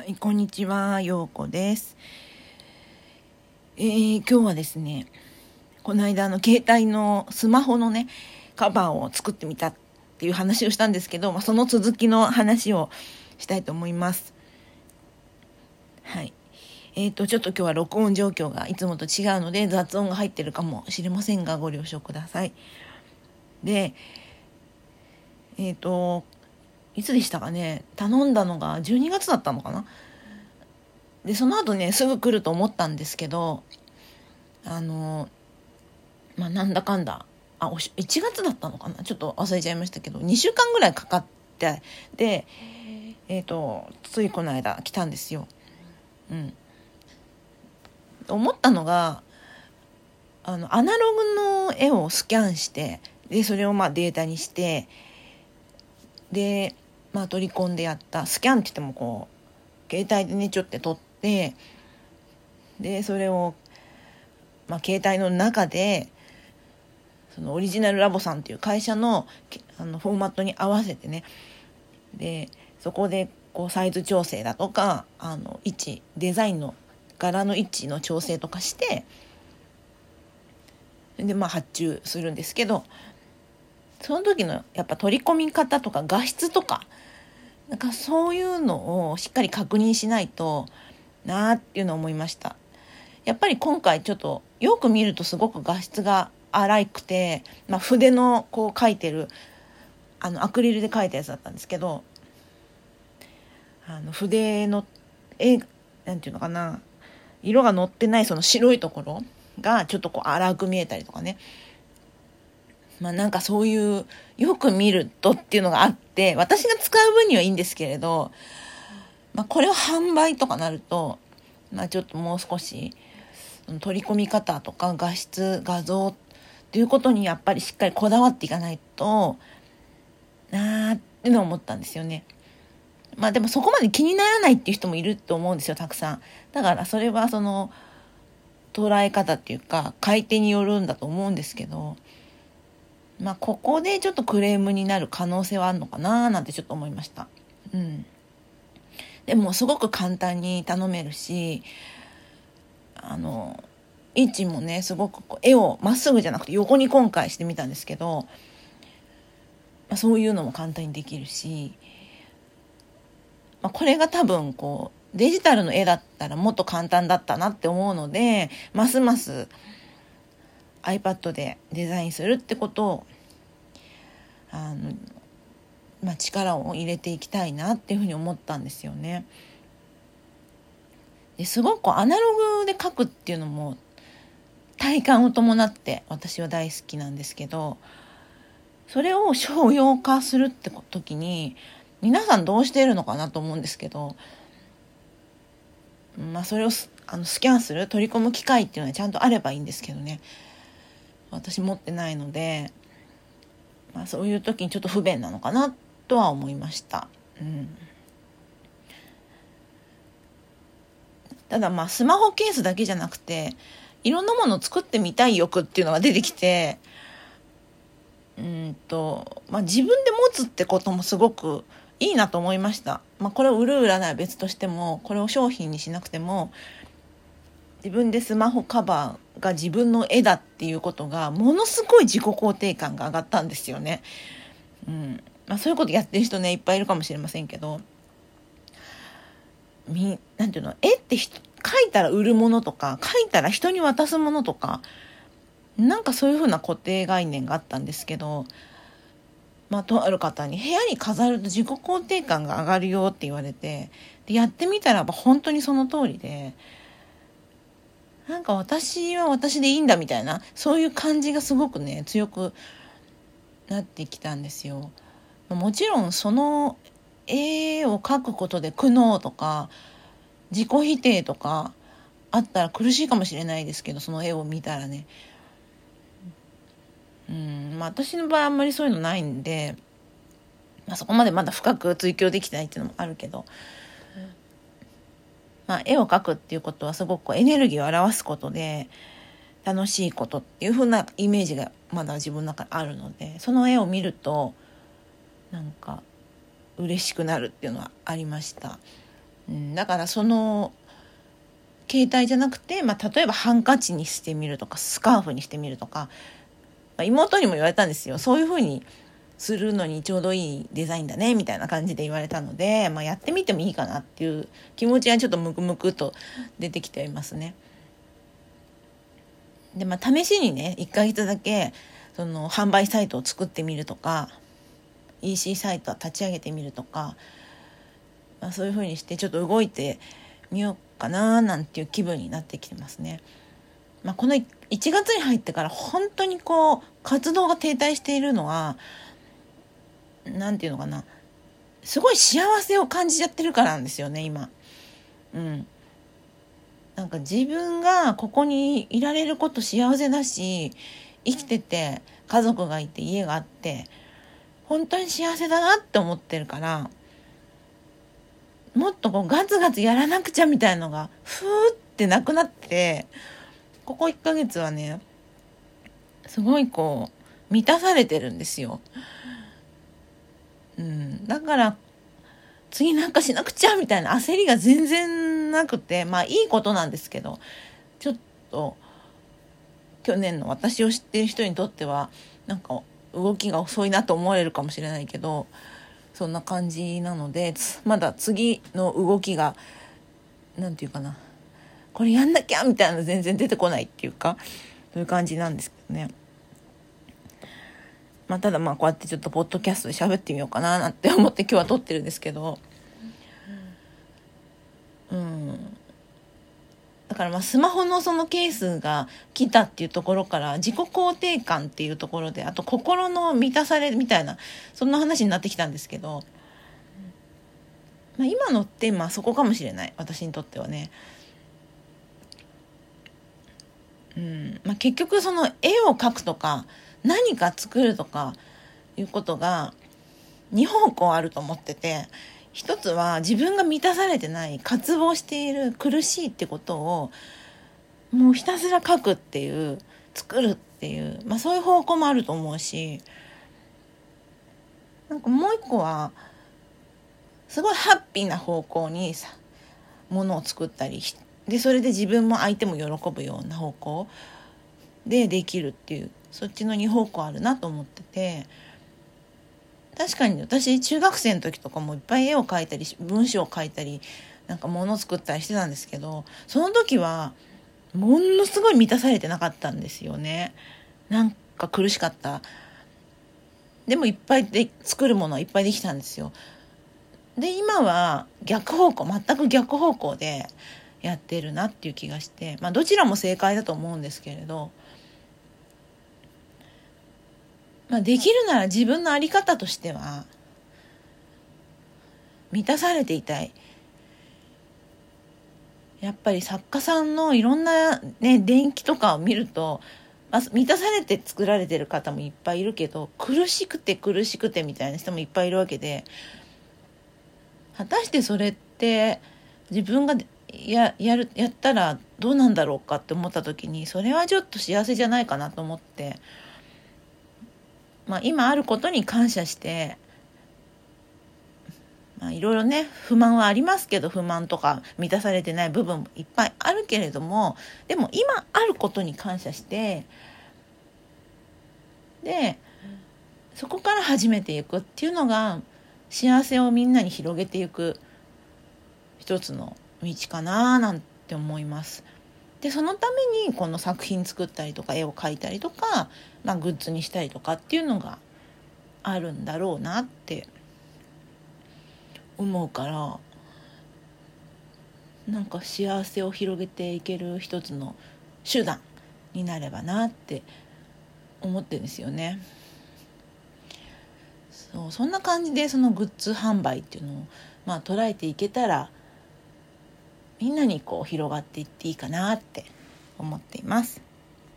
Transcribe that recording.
はい、こんにちは、ようこです。今日はですね、この間携帯のスマホのねカバーを作ってみたっていう話をしたんですけど、その続きの話をしたいと思います。はい。ちょっと今日は録音状況がいつもと違うので雑音が入ってるかもしれませんがご了承ください。で、いつでしたかね、頼んだのが12月だったのかな。でその後ねすぐ来ると思ったんですけど、なんだかんだ1月だったのかな、ちょっと忘れちゃいましたけど2週間ぐらいかかって、でついこの間来たんですよ。思ったのがアナログの絵をスキャンして、でそれをデータにして、で取り込んでやったスキャンって言っても携帯でねちょって撮って、でそれを携帯の中でそのオリジナルラボさんっていう会社のフォーマットに合わせてね、でそこでサイズ調整だとか位置デザインの柄の位置の調整とかして、で発注するんですけど、その時のやっぱ取り込み方とか画質とかそういうのをしっかり確認しないとなーっていうのを思いました。やっぱり今回ちょっとよく見るとすごく画質が荒くて、筆の描いてるアクリルで描いたやつだったんですけど、筆のなんていうのかな、色が乗ってないその白いところがちょっと荒く見えたりとかね、そういうよく見るとっていうのがあって、私が使う分にはいいんですけれど、これを販売とかなるとちょっともう少し取り込み方とか画質画像っていうことにやっぱりしっかりこだわっていかないとなーってのを思ったんですよね。でもそこまで気にならないっていう人もいると思うんですよ、たくさん。だからそれはその捉え方っていうか買い手によるんだと思うんですけど、ここでちょっとクレームになる可能性はあるのかななんてちょっと思いました。でもすごく簡単に頼めるし、位置もねすごく絵をまっすぐじゃなくて横に今回してみたんですけど、そういうのも簡単にできるし、これが多分デジタルの絵だったらもっと簡単だったなって思うので、ますます iPad でデザインするってことを力を入れていきたいなっていうふうに思ったんですよね。ですごくアナログで描くっていうのも体感を伴って私は大好きなんですけど、それを商用化するって時に皆さんどうしているのかなと思うんですけど、それをスキャンする取り込む機械っていうのはちゃんとあればいいんですけどね、私持ってないので、そういう時にちょっと不便なのかなとは思いました。ただスマホケースだけじゃなくていろんなものを作ってみたい欲っていうのが出てきて、自分で持つってこともすごくいいなと思いました。これを売る売らないは別としても、これを商品にしなくても自分でスマホカバーが自分の絵だっていうことがものすごい自己肯定感が上がったんですよね。そういうことやってる人ねいっぱいいるかもしれませんけど、なんていうの、絵って描いたら売るものとか描いたら人に渡すものとかそういう風な固定概念があったんですけど、とある方に部屋に飾ると自己肯定感が上がるよって言われて、でやってみたら本当にその通りで、私は私でいいんだみたいな、そういう感じがすごくね強くなってきたんですよ。もちろんその絵を描くことで苦悩とか自己否定とかあったら苦しいかもしれないですけど、その絵を見たらね、私の場合あんまりそういうのないんで、そこまでまだ深く追求できてないっていうのもあるけど、絵を描くっていうことはすごくエネルギーを表すことで楽しいことっていう風なイメージがまだ自分の中にあるので、その絵を見ると嬉しくなるっていうのはありました。 だからその携帯じゃなくて、例えばハンカチにしてみるとかスカーフにしてみるとか、妹にも言われたんですよ。そういう風にするのにちょうどいいデザインだねみたいな感じで言われたので、やってみてもいいかなっていう気持ちがちょっとムクムクと出てきていますね。で、試しにね1ヶ月だけその販売サイトを作ってみるとか EC サイトを立ち上げてみるとか、そういう風にしてちょっと動いてみようかななんていう気分になってきてますね。この1月に入ってから本当に活動が停滞しているのはなんていうのかな、すごい幸せを感じちゃってるからなんですよね今。なんか自分がここにいられること幸せだし、生きてて家族がいて家があって本当に幸せだなって思ってるから、もっとガツガツやらなくちゃみたいのがふーってなくなって、ここ1ヶ月はねすごい満たされてるんですよ。だから次なんかしなくちゃみたいな焦りが全然なくて、いいことなんですけど、ちょっと去年の私を知っている人にとってはなんか動きが遅いなと思われるかもしれないけど、そんな感じなので、まだ次の動きがなんていうかな、これやんなきゃみたいなの全然出てこないっていうか、そういう感じなんですけどね。ただこうやってちょっとポッドキャストで喋ってみようかななんて思って今日は撮ってるんですけど、だからスマホのそのケースが来たっていうところから自己肯定感っていうところで、あと心の満たされみたいなそんな話になってきたんですけど、今のテーマはそこかもしれない、私にとってはね。結局その絵を描くとか何か作るとかいうことが2方向あると思ってて、一つは自分が満たされてない渇望している苦しいってことをもうひたすら描くっていう、作るっていう、そういう方向もあると思うし、なんかもう一個はすごいハッピーな方向にものを作ったりで、それで自分も相手も喜ぶような方向でできるっていう、そっちの2方向あるなと思ってて、確かに私中学生の時とかもいっぱい絵を描いたり文章を書いたりなんか物を作ったりしてたんですけど、その時はものすごい満たされてなかったんですよね。なんか苦しかった。でもいっぱいで作るものはいっぱいできたんですよ。で今は逆方向、全く逆方向でやってるなっていう気がして、どちらも正解だと思うんですけれど、できるなら自分の在り方としては満たされていたい。やっぱり作家さんのいろんな伝記とかを見ると、満たされて作られてる方もいっぱいいるけど、苦しくてみたいな人もいっぱいいるわけで、果たしてそれって自分がやったらどうなんだろうかって思った時に、それはちょっと幸せじゃないかなと思って、今あることに感謝して、いろいろね不満はありますけど、不満とか満たされてない部分もいっぱいあるけれども、でも今あることに感謝して、でそこから始めていくっていうのが幸せをみんなに広げていく一つの道かななんて思います。でそのためにこの作品作ったりとか絵を描いたりとか、グッズにしたりとかっていうのがあるんだろうなって思うから、なんか幸せを広げていける一つの手段になればなって思ってるんですよね。そんな感じでそのグッズ販売っていうのを捉えていけたら、みんなに広がっていっていいかなって思っています。